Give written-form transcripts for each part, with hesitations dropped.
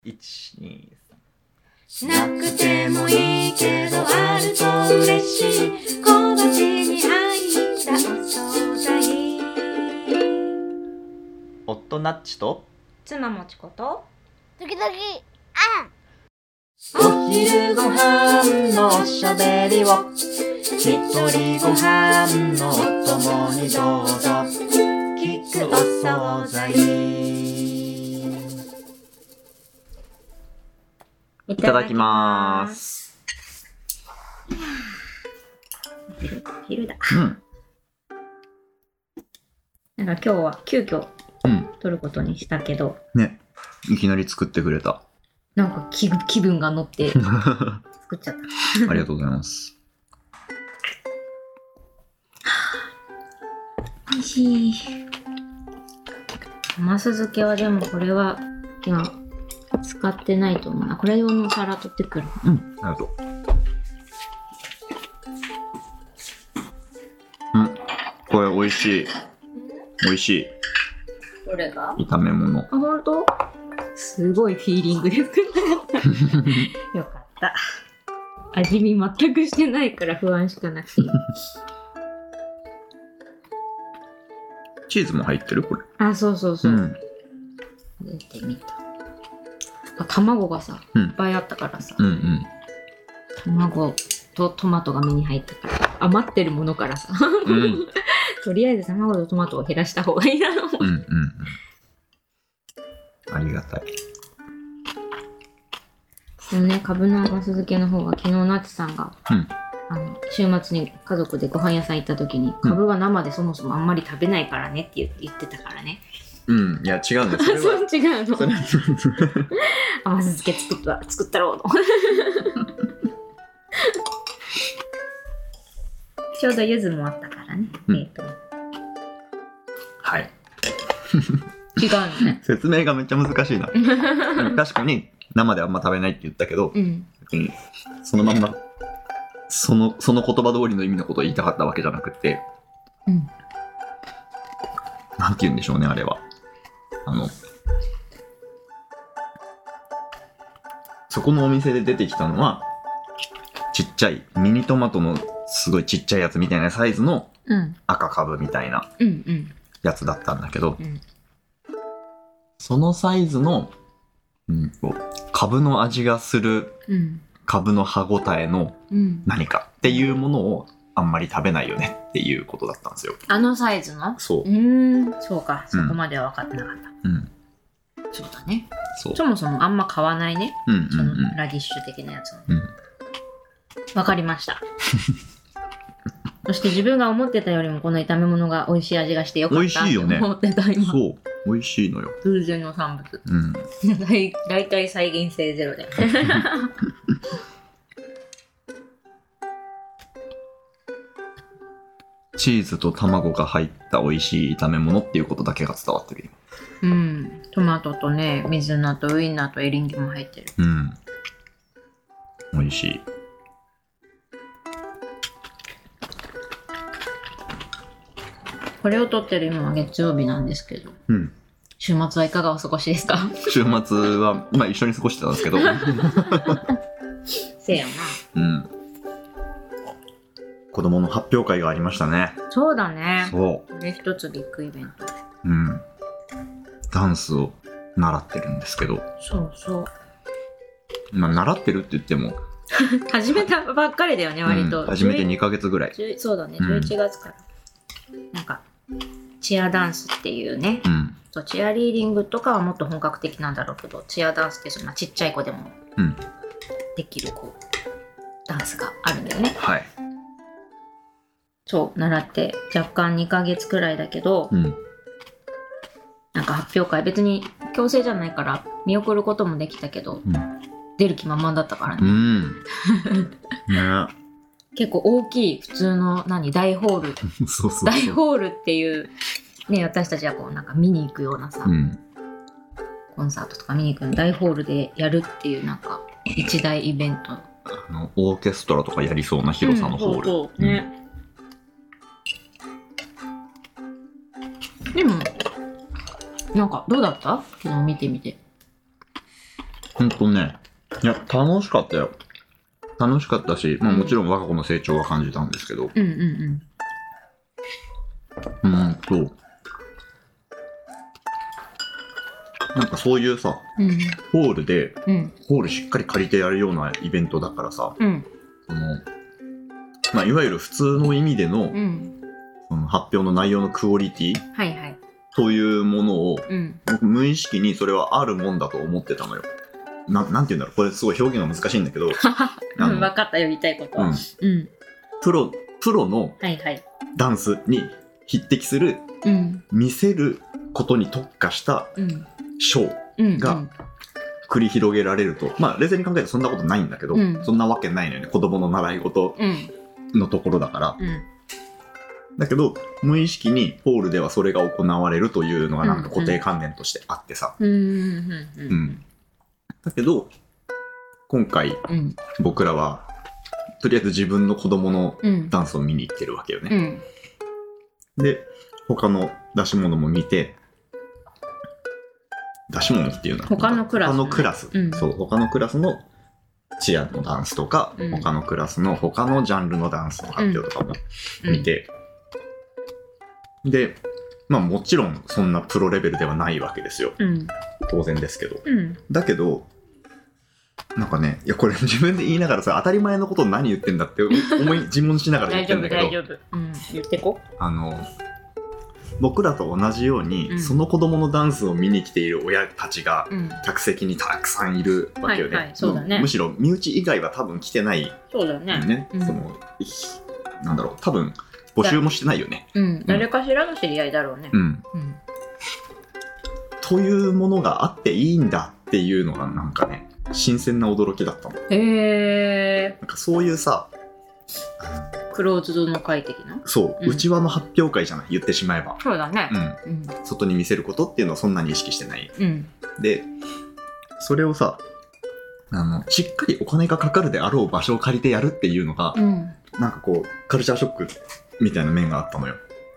1、2、 3なくてもいいけどあると嬉しい小鉢に入ったお惣菜。 夫ナッチと妻もちこと時々 お昼ご飯のおしゃべりを一人ご飯のお供にどうぞ聞くお惣菜。 いただきます。 昼だ。 うん。 なんか今日は急遽撮ることにしたけど、 ね、いきなり作ってくれた。 なんか気分が乗って作っちゃった。 ありがとうございます。 おいしい。マス漬けはでもこれは今使ってないと思うな。これ用の皿取ってくる。 うん、ありがとう。うん、これ美味しい。美味しい。 どれが？ 炒め物。 あ、ほんと？すごいフィーリングで作ったよかった。味見全くしてないから不安しかなくていい。 チーズも入ってるこれ。 あ、そうそうそう。 うん、 入れてみた。卵がさ、 うんいっぱいあったからさ、 うんうん。 卵とトマトが目に入ったから余ってるものからさ、 うん、 とりあえず卵とトマトを減らした方がいいなと思う。 うんうんうん。ありがたい。 でもね、カブのマス漬けの方が昨日ナッチさんが、 うん、 週末に家族でご飯屋さん行った時に、カブは生でそもそもあんまり食べないからねって言ってたからね。 うん、いや違うんです。それはそう違うの。 それマス漬け作ったろうの。ちょうど柚子もあったからね。 うんはい。 違うのね。 説明がめっちゃ難しいな。確かに生であんま食べないって言ったけど、 うん。 そのまんまその言葉通りの意味のことを言いたかったわけじゃなくて、 うん。 なんて言うんでしょうね、あれは。そこのお店で出てきたのは、ちっちゃいミニトマトのすごいちっちゃいやつみたいなサイズのうん赤カブみたいなうんうんやつだったんだけど、 うん。 そのサイズの、カブの味がするうんカブの歯ごたえのうん。 何かっていうものをあんまり食べないよねっていうことだったんですよ。 あのサイズの？ そう。 そうか。そこまでは分かってなかった。 うん。 そうだね。 そう。 そもそもあんま買わないね。 うんうんそのうん。 ラディッシュ的なやつを。 うん分かりました。そして自分が思ってたよりもこの炒め物が美味しい味がしてよかった美味しいよねって思ってた今。 そう。美味しいのよ。 偶然の産物。 うん。 大体再現性ゼロで。 チーズと卵が入った美味しい炒め物っていうことだけが伝わってるよ。 うん。トマトとね、水菜とウインナーとエリンギも入ってる。 うん。美味しい。 これを撮ってる今は月曜日なんですけど、 うん。 週末はいかがお過ごしですか？ 週末は、まあ一緒に過ごしてたんですけど。 せやな。 うん。子供の発表会がありましたね。 そうだね。 そこれ一つビッグイベント。 う。うん。ダンスを習ってるんですけど、 そうそう。 まあ習ってるって言っても、 始めたばっかりだよね、割と。 始めて2ヶ月ぐらい。 そうだね、 うん 11月から。なんか、チアダンスっていうね、 うん。 そうチアリーディングとかはもっと本格的なんだろうけど、チアダンスってそんなちっちゃい子でもうん。 できるダンスがあるんだよね。 はい。 そう、習って若干2ヶ月くらいだけど、 うん。 なんか発表会、別に強制じゃないから見送ることもできたけど、 うん。 出る気満々だったからうね。 ん。ね。 結構大きい普通の大ホールそうそうそう。 大ホールっていうね、私たちはこうなんか見に行くようなさ、 うん。 コンサートとか見に行くの大ホールでやるっていうなんか一大イベント。 オーケストラとかやりそうな広さのホール。 そうそうね。でもなんかどうだった？昨日見てみて。 ほんとね、いや、楽しかったよ。楽しかったし、まあもちろん我が子の成長は感じたんですけど、 うんうんなんかそういうさ、 うん。 ホールで、 うんホールしっかり借りてやるようなイベントだからさ、 うんその、まあいわゆる普通の意味での、 うん。 その発表の内容のクオリティはいはい。 というものを、 うん僕無意識にそれはあるもんだと思ってたのよ。なんて言うんだろう、これすごい表現が難しいんだけど、 分かったよ、言いたいこと。 うん、 うん。 プロのはいはい。 ダンスに匹敵するうん見せることに特化したうんショーうん。 が繰り広げられると、まあ冷静に考えるとそんなことないんだけど、 うんそんなわけないのよね、子供の習い事うんのところだから。 うんだけど無意識にホールではそれが行われるというのがなんか固定観念としてあってさ、 うんうんうんだけど今回うん僕らはとりあえず自分の子供のうんダンスを見に行ってるわけよね、 うんで他の出し物も見て、出し物っていうのは他のクラス他のクラス、 うんそう他のクラスのチアのダンスとか、 うん他のクラスの他のジャンルのダンスの発表とかも見て、でまあもちろんそんなプロレベルではないわけですよ、 うん当然ですけど、 うんだけどなんかね、いやこれ自分で言いながらさ当たり前のことを何言ってんだって自問しながら言大丈夫ってんだけど、 大丈夫。うん言ってこ。 僕らと同じように、 うんその子供のダンスを見に来ている親たちがうん客席にたくさんいるわけよね、 はいはいそうだねむしろ身内以外は多分来てないよそうだね。 ね、 うんそのなんだろう多分募集もしてないよね、 うん誰かしらの知り合いだろうね。 うんうんというものがあっていいんだっていうのがなんかね新鮮な驚きだったの。 へえ。 なんかそういうさ、 クローズドの会的な。 そう、 うん内輪の発表会じゃない言ってしまえば、 そうだね。 うん、 うん外に見せることっていうのをそんなに意識してないうんで、それをさしっかりお金がかかるであろう場所を借りてやるっていうのが、 うん。 なんかこうカルチャーショックみたいな面があったのよ。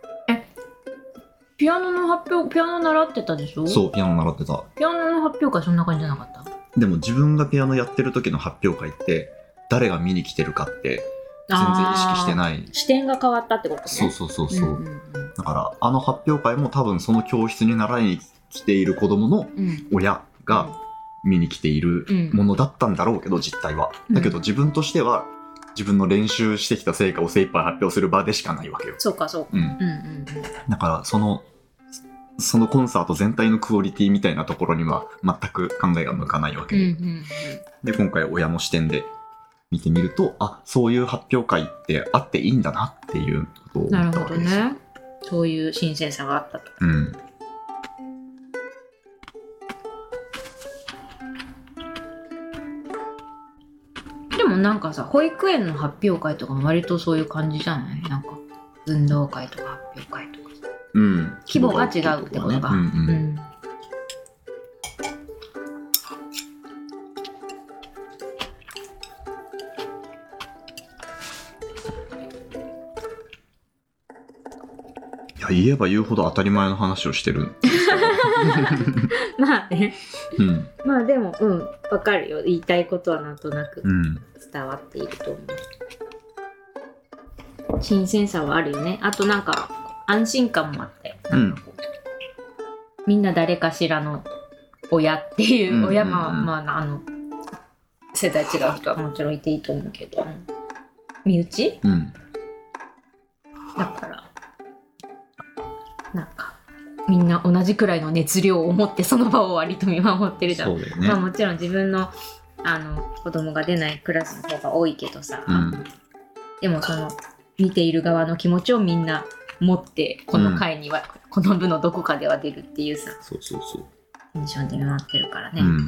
ピアノの発表、ピアノ習ってたでしょ。 そうピアノ習ってた。 ピアノの発表会そんな感じじゃなかった。 でも自分がピアノやってる時の発表会って誰が見に来てるかって全然意識してい。 ない。 視点が変わったってことね。 そうそうそうそう、 うんうんだからあの発表会も多分その教室に習いに来ている子供のうん親が見に来ているものだったんだろうけど実態は、 うんだけど自分としては自分の練習してきた成果を精一杯発表する場でしかないわけよ。 そうかそうか。 うん、 うんうんだからそのコンサート全体のクオリティみたいなところには全く考えが向かないわけで、 うんうんで今回親の視点で見てみると、あ、そういう発表会ってあっていいんだなっていうことを思なるほどったわけですよ。 ね。そういう新鮮さがあったと。 うん。 でもなんかさ、保育園の発表会とかも割とそういう感じじゃない？なんか運動会とか発表会とか。 うん。 規模が違うってことか。 うんうんうんいや、言えば言うほど当たり前の話をしてるんですけど。 まあね。 うん。 まあでも、わかるよ。言いたいことはなんとなくうん。 伝わっていると思う。新鮮さはあるよね。あとなんか安心感もあって、 うん。 みんな誰かしらの親っていう、 うん親も、まあ世代違う人はもちろんいていいと思うけど、身内うん。 だからなんかみんな同じくらいの熱量を持ってその場を割と見守ってるじゃん。 そうだよね。 まあもちろん自分の子供が出ないクラスの方が多いけどさ、 うん。 でもその見ている側の気持ちをみんな持ってこの回には、この部のどこかでは出るっていうさそうそうそう。 印象でなってるからね、 うん。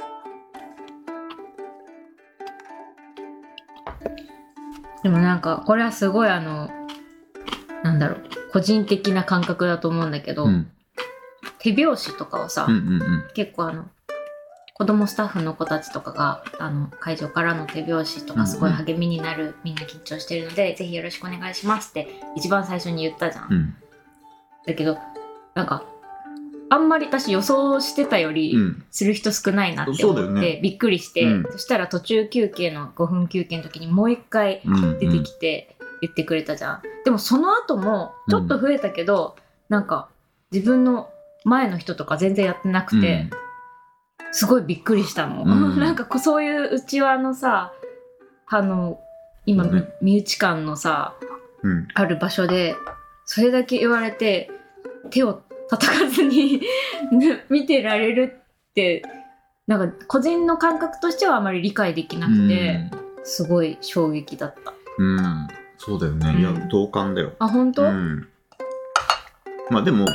でもなんかこれはすごいなんだろう個人的な感覚だと思うんだけど、 うん。 手拍子とかをさ、 うんうんうん。 結構子供スタッフの子たちとかが会場からの手拍子とかすごい励みになる、みんな緊張してるのでぜひよろしくお願いしますって一番最初に言ったじゃん、 うん。 だけどなんかあんまり私予想してたよりうんする人少ないなってそうだ思って、 よねびっくりして、 うんそしたら途中休憩の5分休憩の時にもう一回うん出てきて言ってくれたじゃん、でもその後もちょっと増えたけど、なんか自分の前の人とか全然やってなくて、すごいびっくりしたの、 うんなんかそういう内輪のさ今、 そうね身内間のさうんある場所でそれだけ言われて手を叩かずに見てられるってなんか個人の感覚としてはあまり理解できなくて、すごい衝撃だった。 うんそうだよね、いやうん同感だよ。 あ、本当？ まあでも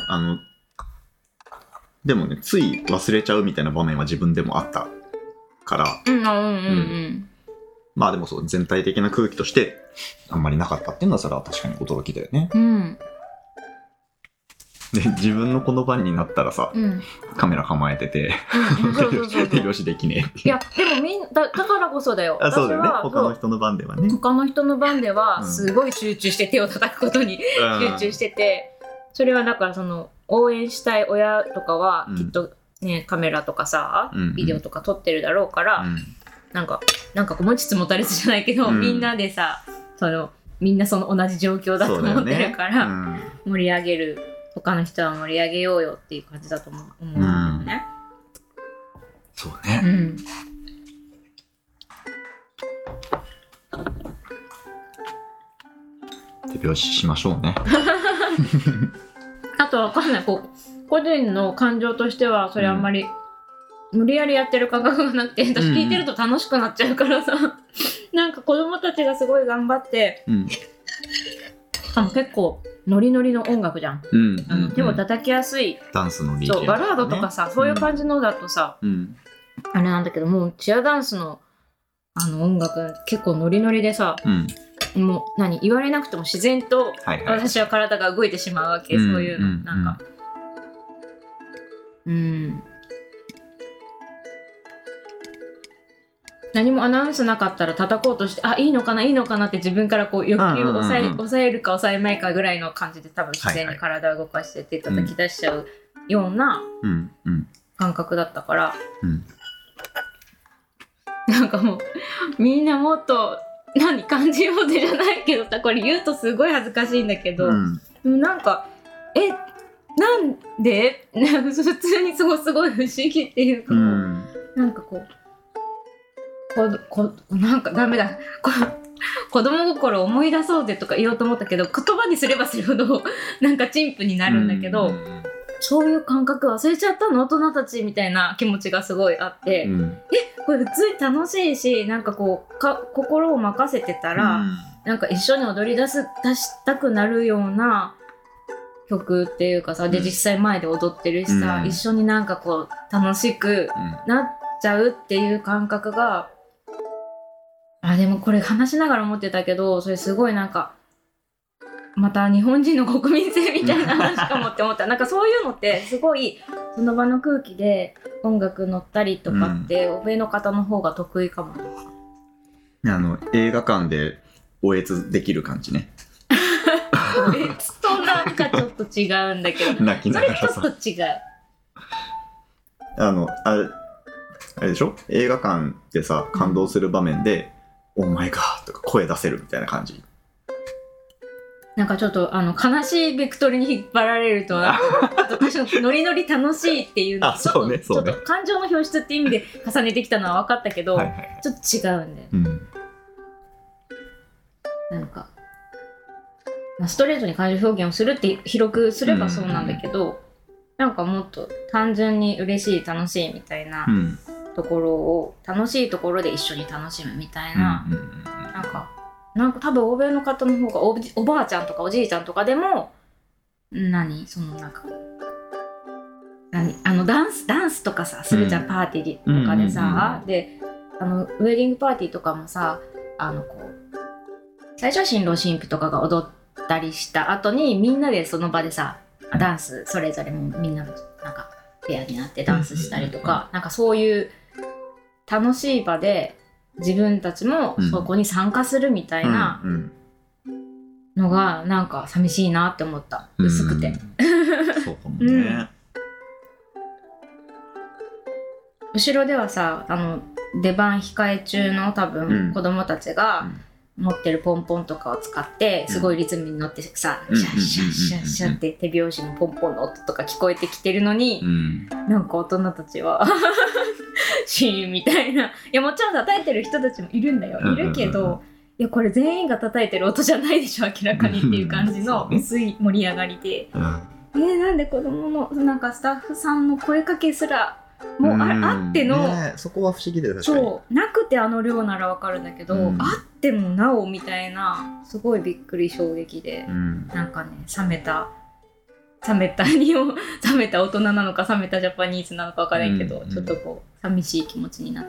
でもねつい忘れちゃうみたいな場面は自分でもあったから、まあでもそう全体的な空気としてあんまりなかったっていうのはそれは確かに驚きだよね。で自分のこの番になったらさ、カメラ構えてて手拍子できねえっていう。 いやでもだからこそだよ。 あ、そうだよね。 私は他の人の番ではね。 他の人の番ではすごい集中して手を叩くことに集中してて、それはだからその応援したい親とかはきっとね、カメラとかさ、ビデオとか撮ってるだろうから、なんかこう持ちつ持たれつじゃないけど、みんなでさみんなその同じ状況だと思ってるから、盛り上げる、他の人は盛り上げようよっていう感じだと思うんだよね。 そうね。手拍子しましょうね。 あとわかんない、個人の感情としてはそれあんまり無理やりやってる感覚がなくて、私聞いてると楽しくなっちゃうからさ、なんか子供たちがすごい頑張って、しかも結構ノリノリの音楽じゃん。手を叩きやすいダンスの BGM、 そうバラードとかさ、そういう感じのだとさ、あれなんだけど、もうチアダンスの音楽結構ノリノリでさ、もう言われなくても自然と私は体が動いてしまうわけ、そういうのなんか何もアナウンスなかったら叩こうとして、あ、いいのかないいのかなって自分からこう欲求を抑えるか抑えまいかぐらいの感じで多分自然に体を動かしてて叩き出しちゃうような感覚だったから、なんかもうみんなもっと感じようぜじゃないけどさ、これ言うとすごい恥ずかしいんだけど、でもなんかなんで普通にすごい不思議っていうか、なんかこうなんかダメだ子供心を思い出そうぜとか言おうと思ったけど、言葉にすればするほどなんか陳腐になるんだけど、そういう感覚忘れちゃったの大人たちみたいな気持ちがすごいあって、これ普通に楽しいし、なんかこう心を任せてたら、なんか一緒に踊り出したくなるような曲っていうかさ、で実際前で踊ってるしさ、一緒になんかこう楽しくなっちゃうっていう感覚が、でもこれ話しながら思ってたけど、それすごいなんかまた日本人の国民性みたいな話かもって思った。なんかそういうのってすごいその場の空気で音楽乗ったりとかって、欧米の方の方が得意かも。 映画館でおえつできる感じね。 おえつとなんかちょっと違うんだけど泣きながらさ、 それちょっと違う。 あれでしょ、映画館でさ感動する場面でオーマイガーとか声出せるみたいな感じ。 なんかちょっと悲しいベクトルに引っ張られると、あと私のノリノリ楽しいっていうのちょっと感情の表出って意味で重ねてきたのは分かったけど、ちょっと違うんだよ、なんか、ストレートに感情表現をするって広くすればそうなんだけど、なんかもっと単純に嬉しい楽しいみたいなところを、楽しいところで一緒に楽しむみたいな、なんか多分欧米の方の方がおばあちゃんとかおじいちゃんとかでもそのなんかダンスとかさするじゃん、パーティーとかでさ、でウェディングパーティーとかもさ、こう最初は新郎新婦とかが踊ったりした後にみんなでその場でさダンスそれぞれみんなのなんかペアになってダンスしたりとか、なんかそういう楽しい場で自分たちもそこに参加するみたいなのがなんか寂しいなって思った、薄くて。 そうかもね。 後ろではさ出番控え中の多分子供たちが持ってるポンポンとかを使ってすごいリズムに乗ってさ、シャッシャッシャッシャッって手拍子のポンポンの音とか聞こえてきてるのに、なんか大人たちはシーンみたいな。いやもちろん叩いてる人たちもいるんだよ、いるけど、いやこれ全員が叩いてる音じゃないでしょ明らかにっていう感じの薄い盛り上がりで、なんで子供のなんかスタッフさんの声かけすらもうあっての、 そこは不思議で確かに。 そうなくて量ならわかるんだけど、あってもなおみたいなすごいびっくり衝撃で、なんかね冷めた大人なのか冷めたジャパニーズなのかわからないけど、ちょっとこう寂しい気持ちになった。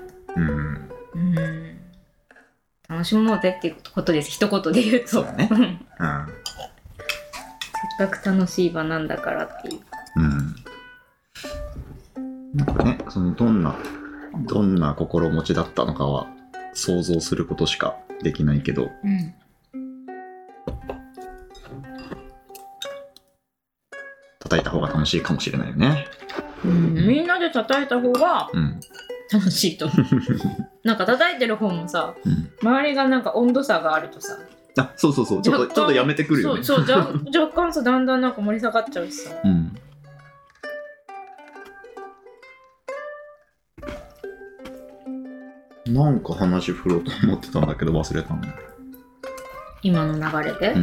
楽しもうぜっていうことです、一言で言うと。 そうだね。 せっかく楽しい場なんだからっていう。 なんかね、そのどんな心持ちだったのかは想像することしかできないけど、叩いた方が楽しいかもしれないよね。 みんなで叩いた方が楽しいと思う。なんか叩いてる方もさ、周りがなんか温度差があるとさ、 そうちょっとやめてくるよね。 そう若干さだんだんなんか盛り下がっちゃうしさ。 なんか話振ろうと思ってたんだけど忘れたの。 今の流れで。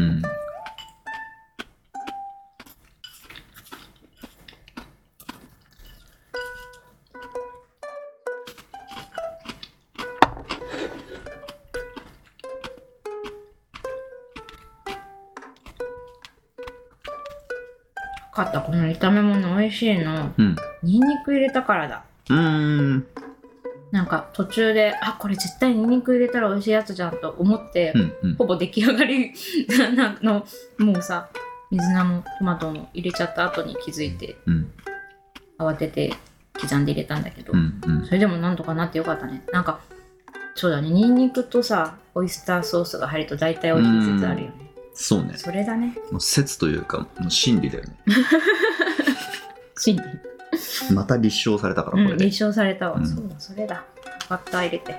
分かった、この炒め物美味しいの、ニンニク入れたからだ。なんか途中でこれ絶対ニンニク入れたら美味しいやつじゃんと思って、ほぼ出来上がりのもうさ水菜もトマトも入れちゃった後に気づいて、慌てて刻んで入れたんだけど、それでもなんとかなってよかったね。なんかそうだね、ニンニクとさオイスターソースが入ると大体美味しい説あるよね。 そうね。 それだね。 もう説というかもう真理だよね。 真理。 また立証されたからこれで。 立証されたわ。そうだ、それだ。バッター入れて。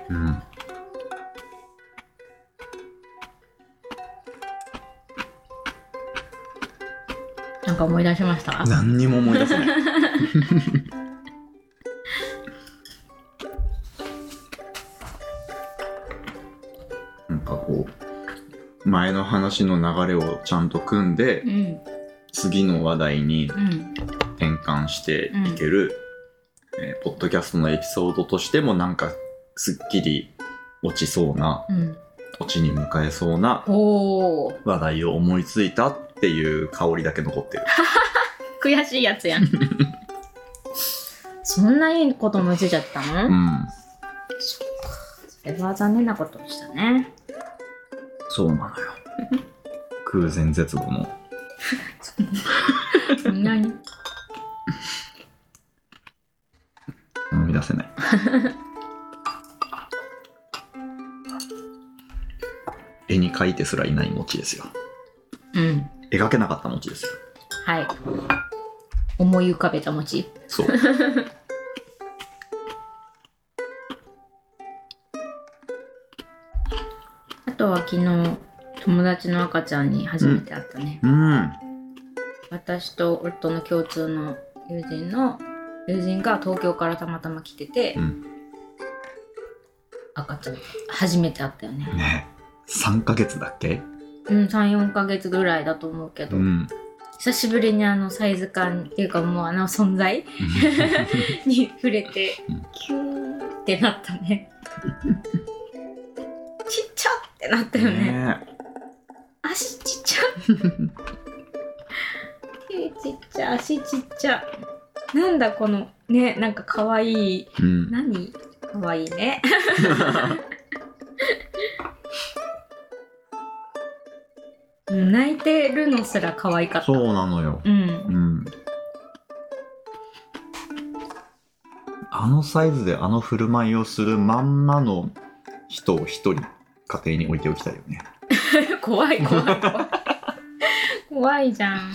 なんか思い出しました？ 何にも思い出せない。なんかこう前の話の流れをちゃんと組んで、次の話題に転換していける、ポッドキャストのエピソードとしてもなんかすっきり落ちそうな、落ちに向かえそうな話題を思いついたっていう香りだけ残ってる。 悔しいやつやん。そんないいこと思いついちゃったの？それは残念なことをしたね。 そうなのよ。空前絶後の。 何？ 思い出せない。絵に描いてすらいない餅ですよ。描けなかった餅ですよ。 はい。思い浮かべた餅。 そう。 あとは昨日友達の赤ちゃんに初めて会ったね。私と夫の共通の友人が東京からたまたま来てて、赤ちゃん初めて会ったよね。 ね、3ヶ月だっけ ？3、4ヶ月ぐらいだと思うけど、久しぶりにサイズ感っていうかもう存在に触れて、キューってなったね。ちっちゃってなったよね。足ちっちゃ。ちっちゃ、足ちっちゃ。なんだこのね、なんか可愛い。何？可愛いね。泣いてるのすら可愛かった。 そうなのよ。あのサイズであの振る舞いをするまんまの人を一人家庭に置いておきたいよね。 怖い怖いじゃん。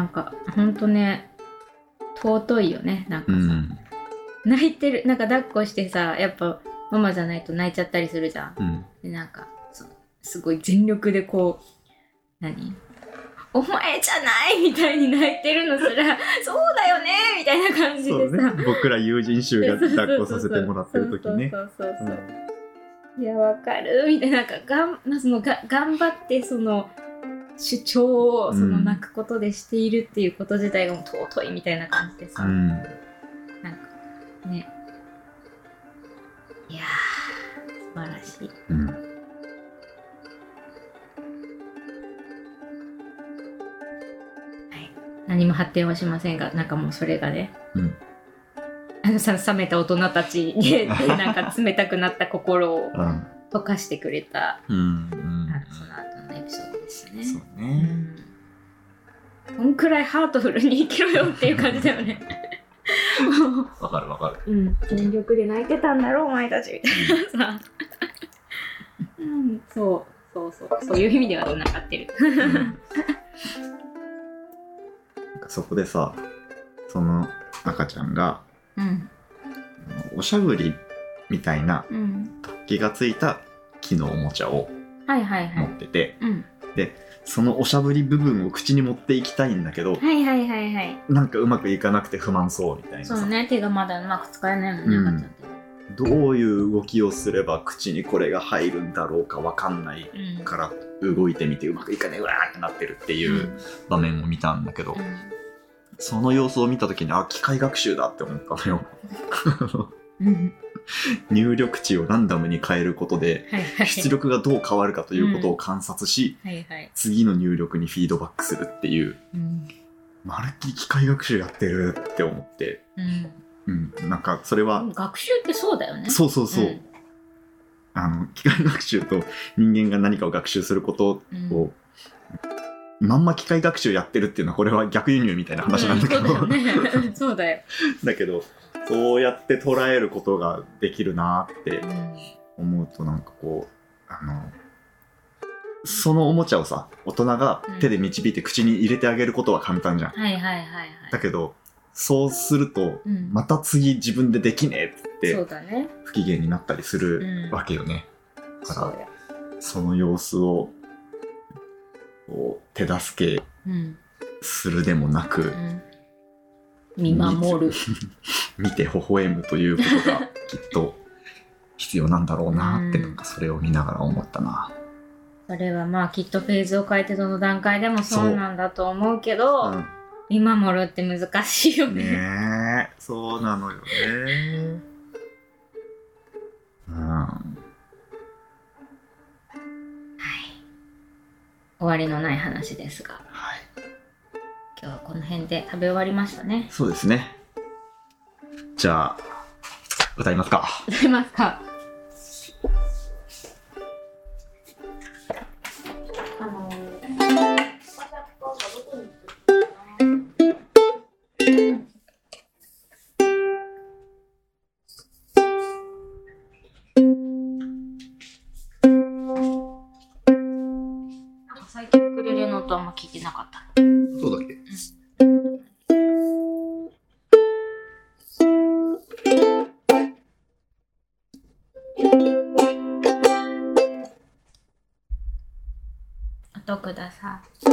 なんかほんとね尊いよね。なんかさ、泣いてる、なんか抱っこしてさ、やっぱママじゃないと泣いちゃったりするじゃん。でなんかすごい全力でこうお前じゃないみたいに泣いてるのすらそうだよねみたいな感じでさ、 ね、僕ら友人衆が抱っこさせてもらってる時ね。 いやわかるみたいな、なんか頑張ってその主張をその泣くことでしているっていうこと自体がもう尊いみたいな感じでさ、なんかね、いやー素晴らしい。何も発展はしませんが、なんかもうそれがね、冷めた大人たちでなんか冷たくなった心を溶かしてくれた、その後のエピソードでしたね。 そうね。 こんくらいハートフルに生きろよっていう感じだよね。 わかるわかる。 全力で泣いてたんだろお前たちみたいなさ。そういう意味ではつながってる。 そこでさ、その赤ちゃんが、おしゃぶりみたいな突起がついた木のおもちゃを持ってて、でそのおしゃぶり部分を口に持っていきたいんだけど、なんかうまくいかなくて不満そうみたいなさ。そうね、手がまだうまく使えないもんね、赤ちゃんって。 どういう動きをすれば口にこれが入るんだろうかわかんないから動いてみてうまくいかねえ、うわーってなってるっていう場面を見たんだけど、その様子を見た時に機械学習だって思ったのよ。入力値をランダムに変えることで出力がどう変わるかということを観察し、次の入力にフィードバックするっていう、まるっきり機械学習やってるって思って、なんかそれは学習ってそうだよね。 そう、機械学習と人間が何かを学習することを、まんま機械学習やってるっていうのはこれは逆輸入みたいな話なんだけど、 そうだよ。 だけどそうやって捉えることができるなって思うと、なんかこうそのおもちゃをさ、大人が手で導いて口に入れてあげることは簡単じゃん。だけどそうすると、また次自分でできねえって不機嫌になったりするわけよね。だからその様子をこう手助けするでもなく、 見守る見て微笑むということがきっと必要なんだろうなって、なんかそれを見ながら思ったな。 それはまあきっとフェーズを変えてどの段階でもそうなんだと思うけど、見守るって難しいよね。 ねえ、そうなのよね。 終わりのない話ですが、今日はこの辺で食べ終わりましたね。 そうですね。じゃあ歌いますか。 最近ウクレレの音あんま聞いてなかった。 そうだっけ？ 音ください。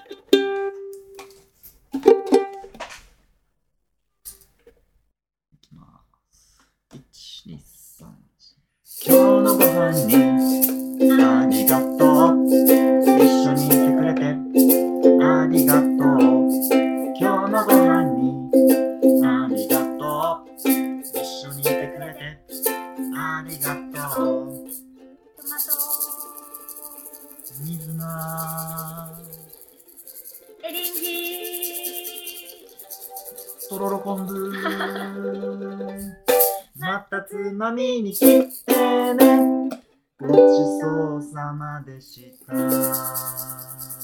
今日のご飯にありがとう、一緒にいてくれてありがとう。今日のご飯にありがとう、一緒にいてくれてありがとう。水菜、 エリンギ、 とろろ昆布またつまみに来てね。ごちそうさまでした。